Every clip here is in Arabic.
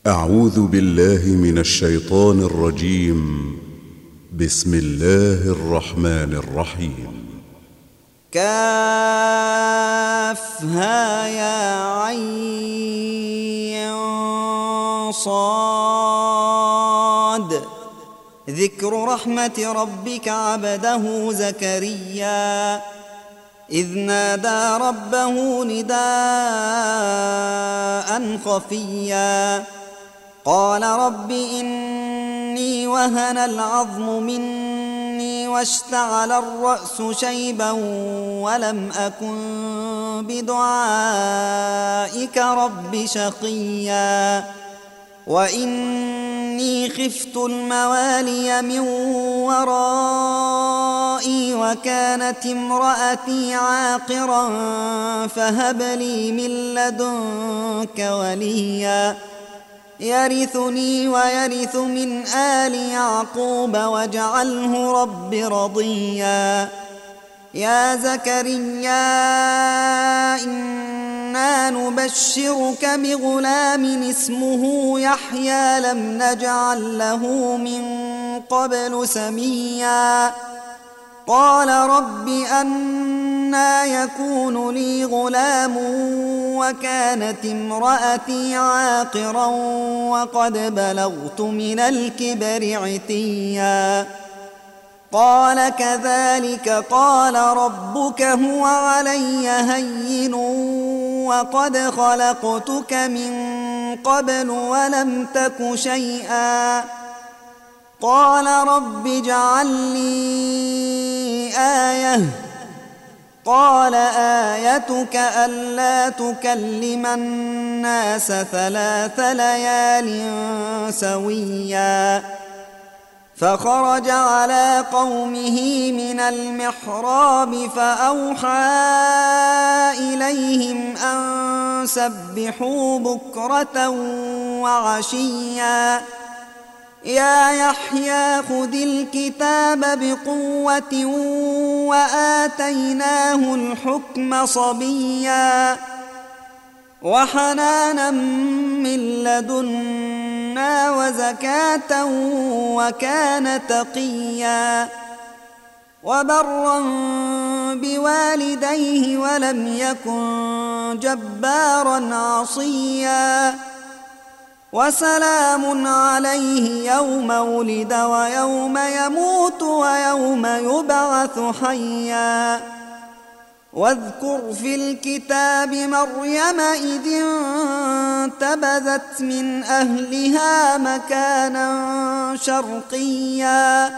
أعوذ بالله من الشيطان الرجيم. بسم الله الرحمن الرحيم. كافها يا عين صاد. ذكر رحمة ربك عبده زكريا إذ نادى ربه نداء خفيا قال رب إني وهن العظم مني واشتعل الرأس شيبا ولم أكن بدعائك رب شقيا وإني خفت الموالي من ورائي وكانت امرأتي عاقرا فهب لي من لدنك وليا يرثني ويرث من آل يعقوب واجعله رب رضيا. يا زكريا إنا نبشرك بغلام اسمه يحيى لم نجعل له من قبل سميا قال رب أنى يكون لي غلام وكانت امرأتي عاقرا وقد بلغت من الكبر عتيا قال كذلك قال ربك هو علي هين وقد خلقتك من قبل ولم تك شيئا قال رب اجعل لي آية قال آيتك ألا تكلم الناس 3 ليال سويا فخرج على قومه من المحراب فأوحى إليهم أن سبحوا بكرة وعشيا يا يحيى خذ الكتاب بقوة وآتيناه الحكم صبيا وحنانا من لدنا وزكاة وكان تقيا وبرا بوالديه ولم يكن جبارا عصيا وسلام عليه يوم ولد ويوم يموت ويوم يبعث حيا واذكر في الكتاب مريم إذ انتبذت من أهلها مكانا شرقيا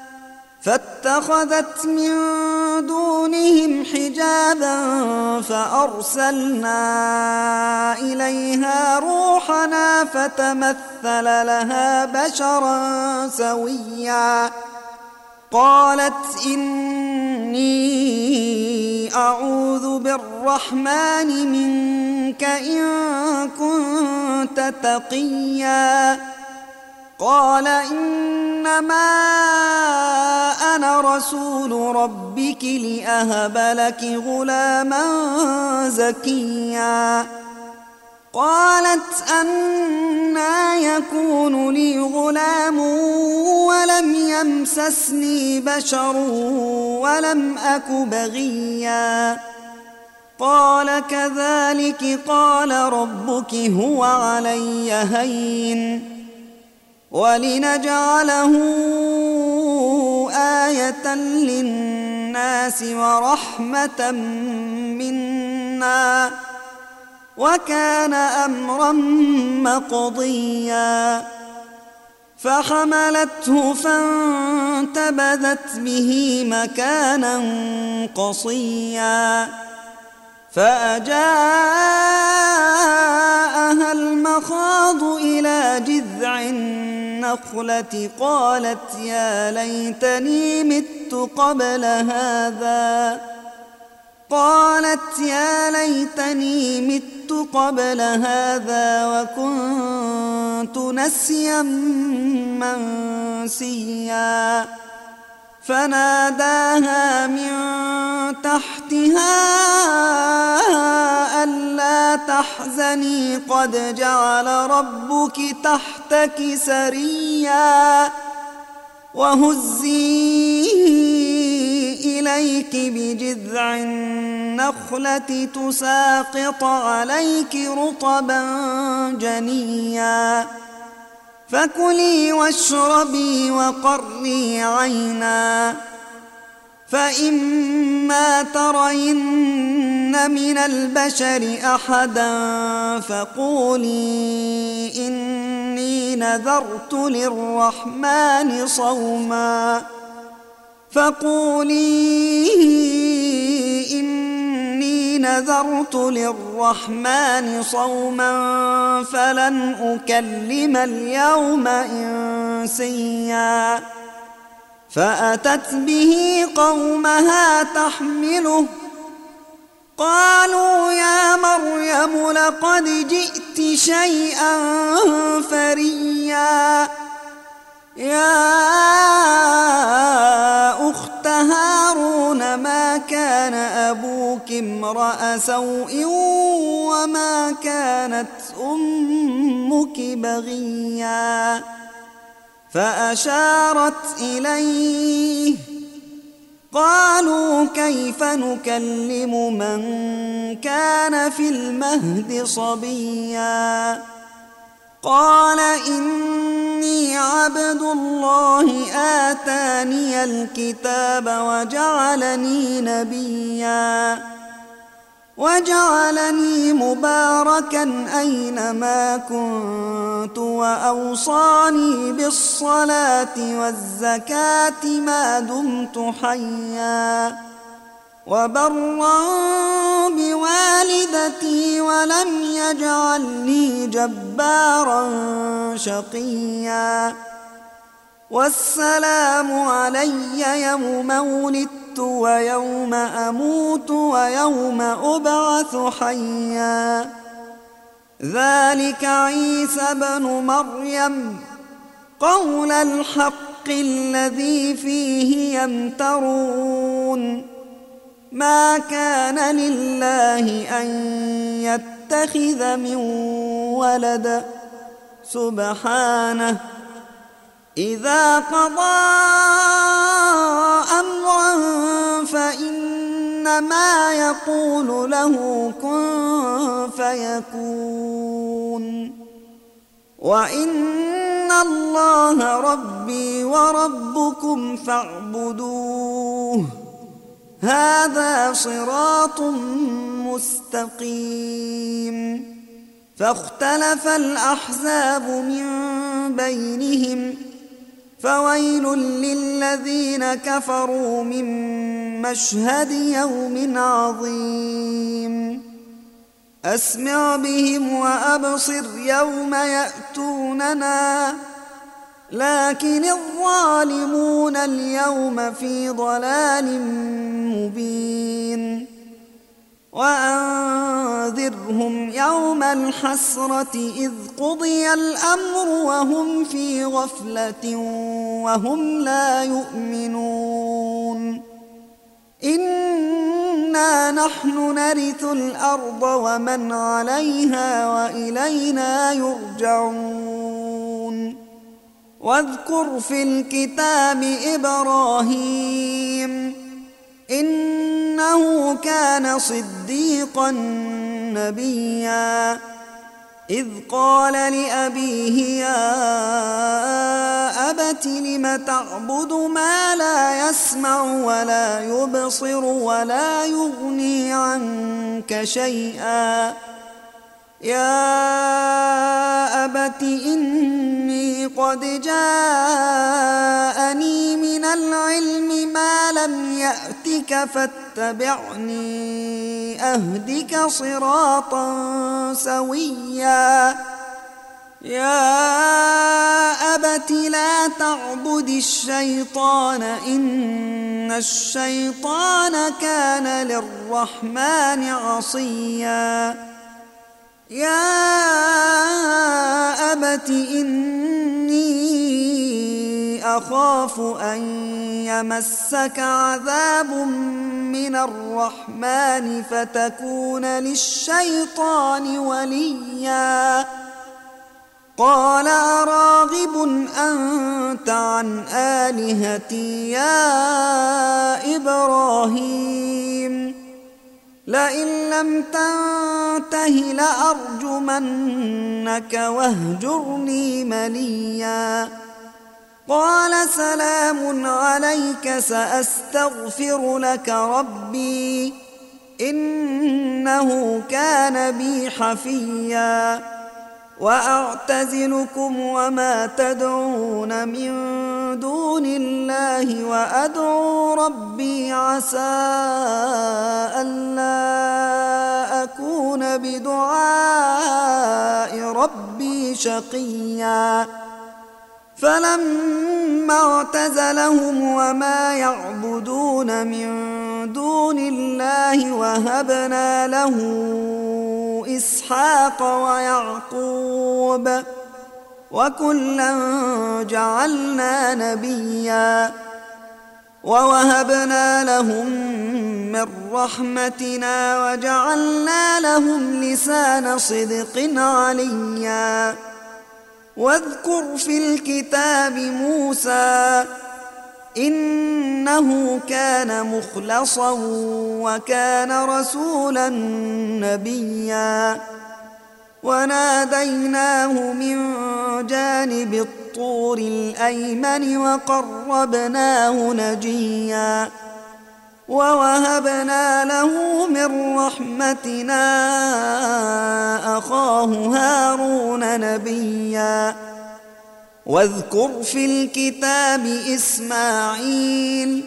فاتخذت من دونهم حجابا فأرسلنا إليها روحنا فتمثل لها بشرا سويا قالت إني أعوذ بالرحمن منك إن كنت تقيا قال إنما أنا رسول ربك لأهب لك غلاما زكيا قالت أنى يكون لي غلام ولم يمسسني بشر ولم أك بغيا قال كذلك قال ربك هو علي هين ولنجعله آية للناس ورحمة منا وكان أمرا مقضيا فحملته فانتبذت به مكانا قصيا فأجاءها المخاض إلى جذع النخلة قالت يا ليتني مت قبل هذا وكنت نسيا منسيا فناداها من تحتها ألا تحزني قد جعل ربك تحتك سريا وهزي إليك بجذع النخلة تساقط عليك رطبا جنيا فكلي واشربي وقري عينا فإما ترين من البشر أحدا فقولي إني نذرت للرحمن صوما فلن أكلم اليوم إنسيا فأتت به قومها تحمله قالوا يا مريم لقد جئت شيئا فريا يا أخت هارون ما كان أبوك امرأ سوء وما كانت أمك بغيا فأشارت إليه قالوا كيف نكلم من كان في المهد صبيا قال إني عبد الله آتاني الكتاب وجعلني نبيا وجعلني مباركا أينما كنت وأوصاني بالصلاة والزكاة ما دمت حيا وبرا بوالدتي ولم يجعلني جبارا شقيا والسلام علي يوم ولدت ويوم أموت ويوم أبعث حيا ذلك عيسى بن مريم قول الحق الذي فيه يمترون ما كان لله أن يتخذ من ولد سبحانه إذا قضى أمرا فإنما يقول له كن فيكون وإن الله ربي وربكم فاعبدوه هذا صراط مستقيم فاختلف الأحزاب من بينهم فويل للذين كفروا من مشهد يوم عظيم أسمع بهم وأبصر يوم يأتوننا لكن الظالمون اليوم في ضلال مبين وأنذرهم يوم الحسرة إذ قضي الأمر وهم في غفلة وهم لا يؤمنون إنا نحن نرث الأرض ومن عليها وإلينا يرجعون واذكر في الكتاب إبراهيم إنه كان صديقا نبيا إذ قال لأبيه يا أبت لم تعبد ما لا يسمع ولا يبصر ولا يغني عنك شيئا يا أبت إني قد جاءني من العلم ما لم يأتك فاتبعني أهدك صراطا سويا يا أبت لا تعبد الشيطان إن الشيطان كان للرحمن عصيا يا أبت إني أخاف أن يمسك عذاب من الرحمن فتكون للشيطان وليا قال أراغب أنت عن آلهتي يا إبراهيم لئن لم تنته لأرجمنك واهجرني مليا قال سلام عليك سأستغفر لك ربي إنه كان بي حفيا وأعتزلكم وما تدعون من دون الله وأدعو ربي عسى ألا أكون بدعاء ربي شقيا فلما اعتزلهم وما يعبدون من دون الله وهبنا له إسحاق ويعقوب وكلا جعلنا نبيا ووهبنا لهم من رحمتنا وجعلنا لهم لسان صدق عليا واذكر في الكتاب موسى إنه كان مخلصا وكان رسولا نبيا وناديناه من جانب الطور الأيمن وقربناه نجيا ووهبنا له من رحمتنا أخاه هارون نبيا واذكر في الكتاب إسماعيل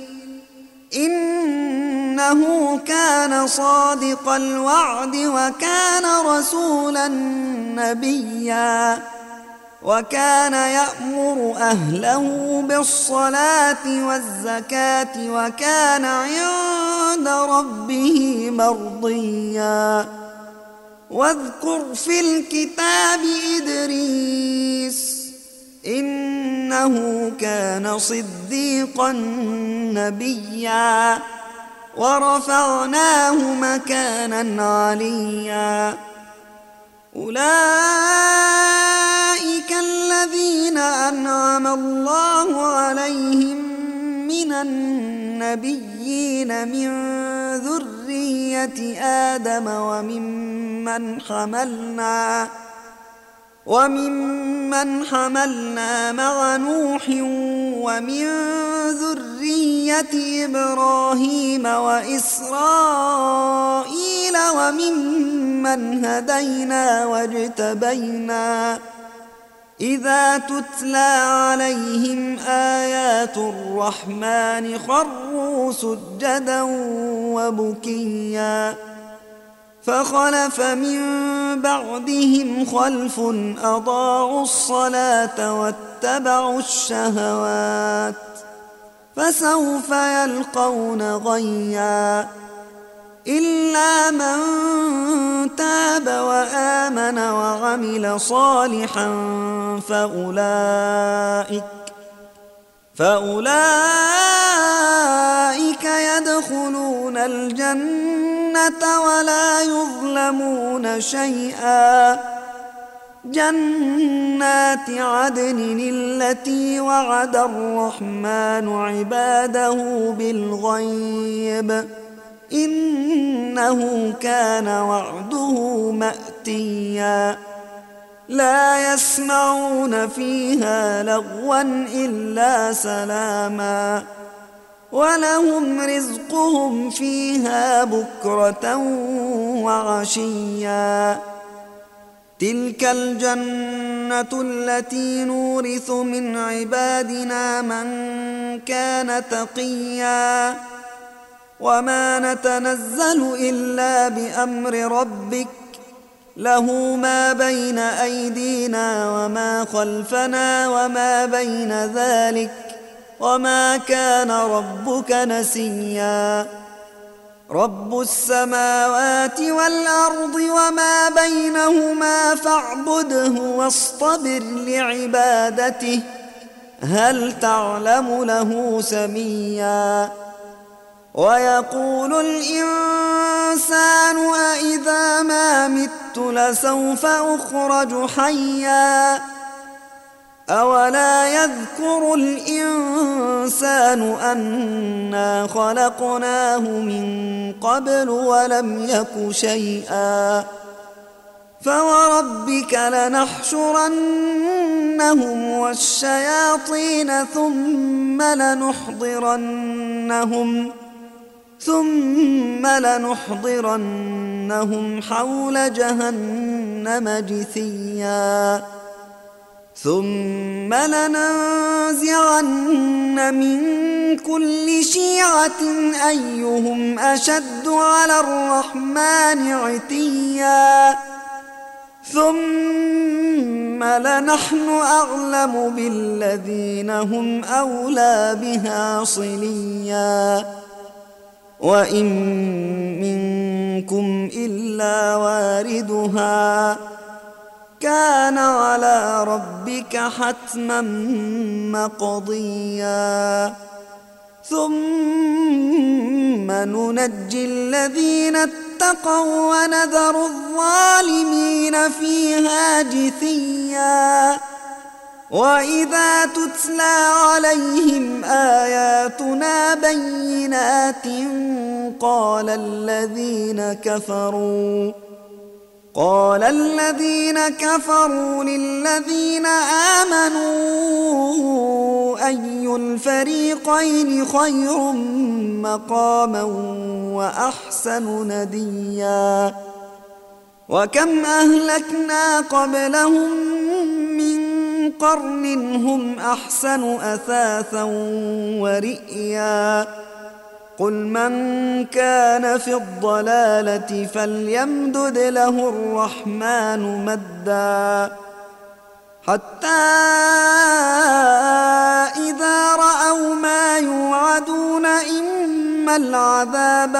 إنه كان صادق الوعد وكان رسولا نبيا وكان يأمر أهله بالصلاة والزكاة وكان عند ربه مرضيا واذكر في الكتاب إدريس إنه كان صديقا نبيا ورفعناه مكانا عليا أولئك الذين أنعم الله عليهم من النبيين من ذرية آدم وممن حملنا مع نوح ومن ذرية إبراهيم وإسرائيل وممن هدينا واجتبينا إذا تتلى عليهم آيات الرحمن خروا سجدا وبكيا فخلف من بعدهم خلف أضاعوا الصلاة واتبعوا الشهوات فسوف يلقون غيا إلا من تاب وآمن وعمل صالحا فأولئك يدخلون الجنة ولا يظلمون شيئا جنات عدن التي وعد الرحمن عباده بالغيب إنه كان وعده مأتيا لا يسمعون فيها لغوا إلا سلاما ولهم رزقهم فيها بكرة وعشيا تلك الجنة التي نورث من عبادنا من كان تقيا وما نتنزل إلا بأمر ربك له ما بين أيدينا وما خلفنا وما بين ذلك وما كان ربك نسيا رب السماوات والأرض وما بينهما فاعبده واصطبر لعبادته هل تعلم له سميا ويقول الإنسان أإذا ما مت لسوف أخرج حيا أولا يذكر الإنسان أنا خلقناه من قبل ولم يك شيئا فوربك لنحشرنهم والشياطين ثم لنحضرنهم حول جهنم جثيا ثم لننزعن من كل شيعة أيهم أشد على الرحمن عتيا ثم لنحن أعلم بالذين هم أولى بها صليا وإن منكم إلا واردها كان على ربك حتما مقضيا ثم ننجي الذين اتقوا ونذر الظالمين فيها جثيا وإذا تتلى عليهم آياتنا بينات قال الذين كفروا للذين آمنوا أي الفريقين خير مقاما وأحسن نديا وكم أهلكنا قبلهم من قرن هم أحسن أثاثا ورئيا قل من كان في الضلالة فليمدد له الرحمن مدا حتى إذا رأوا ما يوعدون إما العذاب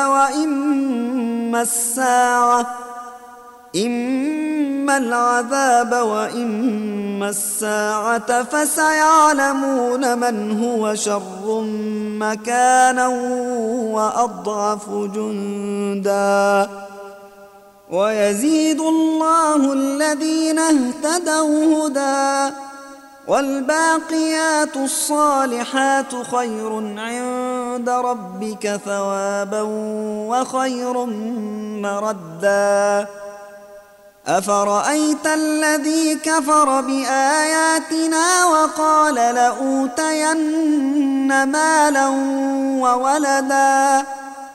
وإما الساعة فسيعلمون من هو شر مكانا وأضعف جندا ويزيد الله الذين اهتدوا هدى والباقيات الصالحات خير عند ربك ثوابا وخير مردا أفرأيت الذي كفر بآياتنا وقال لأوتين مالا وولدا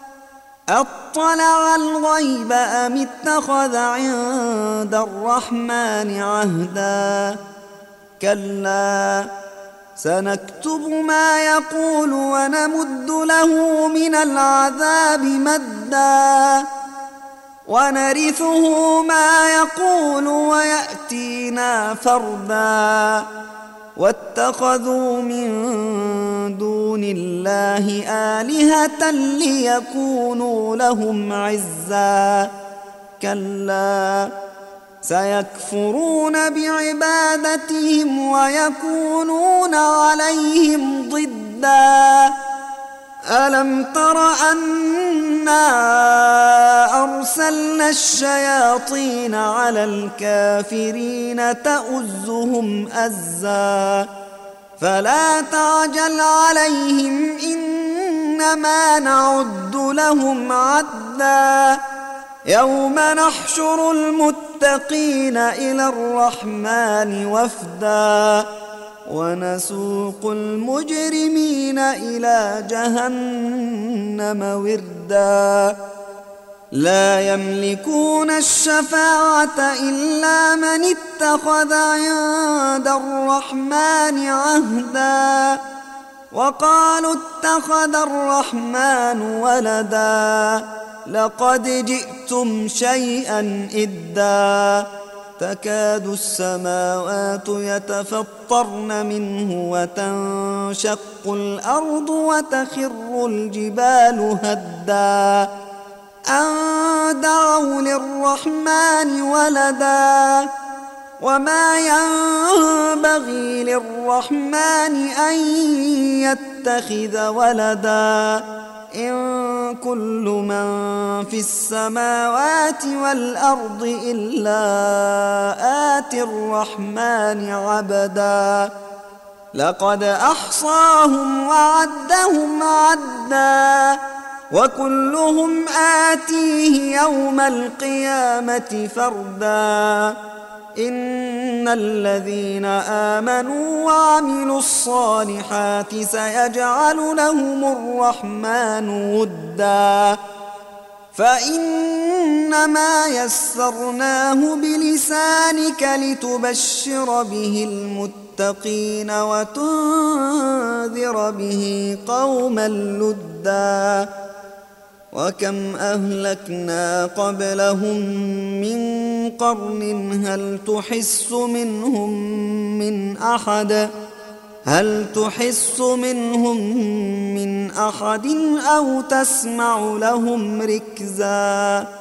أطلع الغيب أم اتخذ عند الرحمن عهدا كلا سنكتب ما يقول ونمد له من العذاب مدا ونرثه ما يقول ويأتينا فردا واتخذوا من دون الله آلهة ليكونوا لهم عزا كلا سيكفرون بعبادتهم ويكونون عليهم ضدا ألم تر أنا أرسلنا الشياطين على الكافرين تؤزهم أزا فلا تعجل عليهم إنما نعد لهم عدا يوم نحشر المتقين إلى الرحمن وفدا ونسوق المجرمين إلى جهنم وردا لا يملكون الشفاعة إلا من اتخذ عند الرحمن عهدا وقالوا اتخذ الرحمن ولدا لقد جئتم شيئا إدا تكاد السماوات يتفطرن منه وتنشق الأرض وتخر الجبال هدا أن دعوا للرحمن ولدا وما ينبغي للرحمن أن يتخذ ولدا إن كل من في السماوات والأرض إلا آتي الرحمن عبدا لقد أحصاهم وعدهم عدا وكلهم آتيه يوم القيامة فردا إن الذين آمنوا وعملوا الصالحات سيجعل لهم الرحمن ودا فإنما يسرناه بلسانك لتبشر به المتقين وتنذر به قوما لدا وكم أهلكنا قبلهم من قرن هل تحس منهم من أحد أو تسمع لهم ركزا